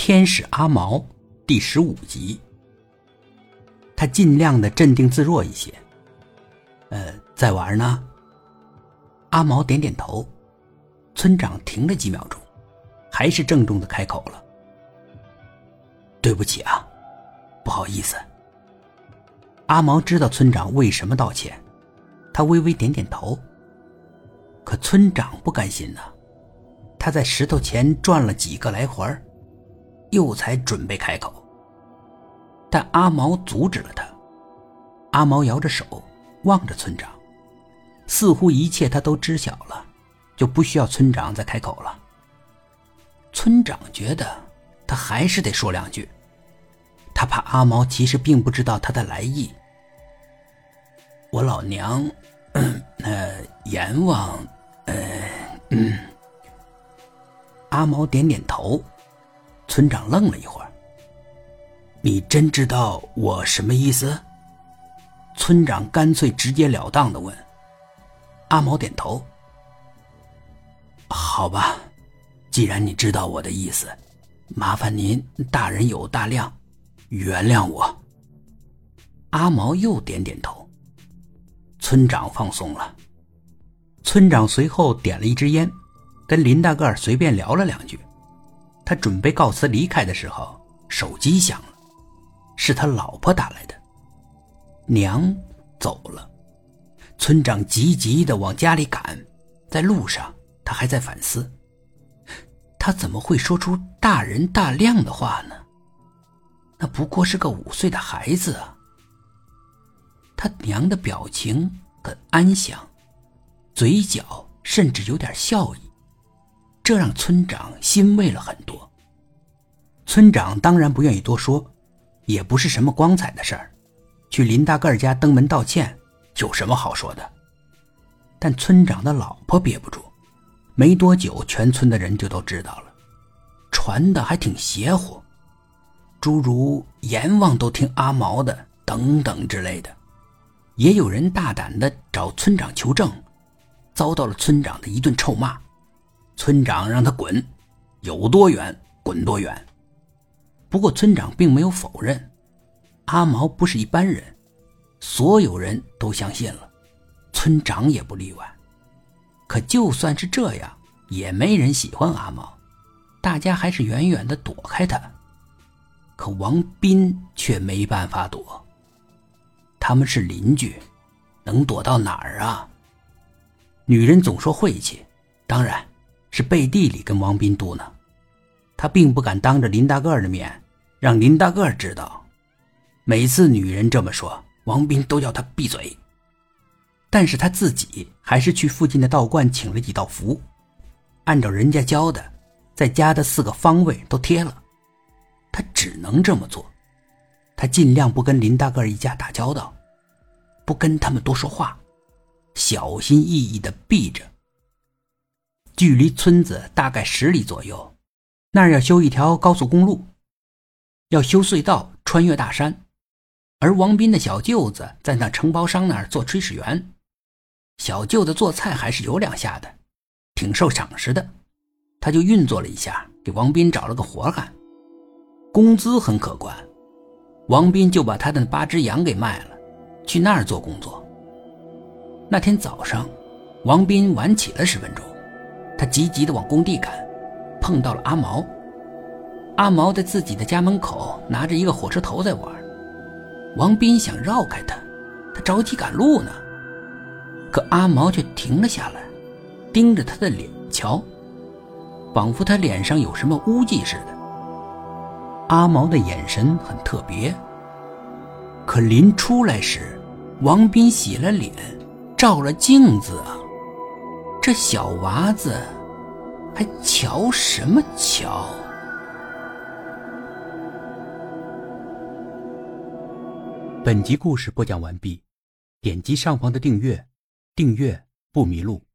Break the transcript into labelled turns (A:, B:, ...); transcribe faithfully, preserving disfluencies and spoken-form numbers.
A: 天使阿毛第十五集。他尽量的镇定自若一些。呃，在玩呢？阿毛点点头。村长停了几秒钟，还是郑重的开口了。对不起啊，不好意思。阿毛知道村长为什么道歉，他微微点点头。可村长不甘心呢，他在石头前转了几个来回，又才准备开口。但阿毛阻止了他。阿毛摇着手望着村长，似乎一切他都知晓了，就不需要村长再开口了。村长觉得他还是得说两句，他怕阿毛其实并不知道他的来意。我老娘呃阎王呃嗯阿毛点点头。村长愣了一会儿。你真知道我什么意思？村长干脆直截了当地问。阿毛点头。好吧，既然你知道我的意思，麻烦您大人有大量，原谅我。阿毛又点点头。村长放松了。村长随后点了一支烟，跟林大个随便聊了两句。他准备告辞离开的时候，手机响了，是他老婆打来的。娘走了。村长急急地往家里赶，在路上他还在反思，他怎么会说出大人大量的话呢？那不过是个五岁的孩子啊。他娘的表情很安详，嘴角甚至有点笑意，这让村长欣慰了很多。村长当然不愿意多说，也不是什么光彩的事儿，去林大个家登门道歉有什么好说的？但村长的老婆憋不住，没多久全村的人就都知道了，传的还挺邪乎，诸如阎王都听阿毛的等等之类的。也有人大胆地找村长求证，遭到了村长的一顿臭骂。村长让他滚，有多远滚多远。不过村长并没有否认，阿毛不是一般人，所有人都相信了，村长也不例外。可就算是这样，也没人喜欢阿毛，大家还是远远地躲开他。可王斌却没办法躲，他们是邻居，能躲到哪儿啊？女人总说晦气，当然是背地里跟王斌嘟囔。他并不敢当着林大个的面让林大个知道，每次女人这么说，王斌都叫他闭嘴。但是他自己还是去附近的道观请了几道符，按照人家教的，在家的四个方位都贴了。他只能这么做。他尽量不跟林大个一家打交道，不跟他们多说话，小心翼翼地避着。距离村子大概十里左右，那儿要修一条高速公路，要修隧道穿越大山，而王斌的小舅子在那承包商那儿做炊事员。小舅子做菜还是有两下的，挺受赏识的，他就运作了一下，给王斌找了个活干，工资很可观。王斌就把他的八只羊给卖了，去那儿做工作。那天早上，王斌晚起了十分钟，他急急地往工地赶，碰到了阿毛。阿毛在自己的家门口拿着一个火车头在玩，王斌想绕开他，他着急赶路呢。可阿毛却停了下来，盯着他的脸瞧，仿佛他脸上有什么污迹似的。阿毛的眼神很特别。可临出来时，王斌洗了脸，照了镜子啊，这小娃子还瞧什么瞧？
B: 本集故事播讲完毕，点击上方的订阅，订阅不迷路。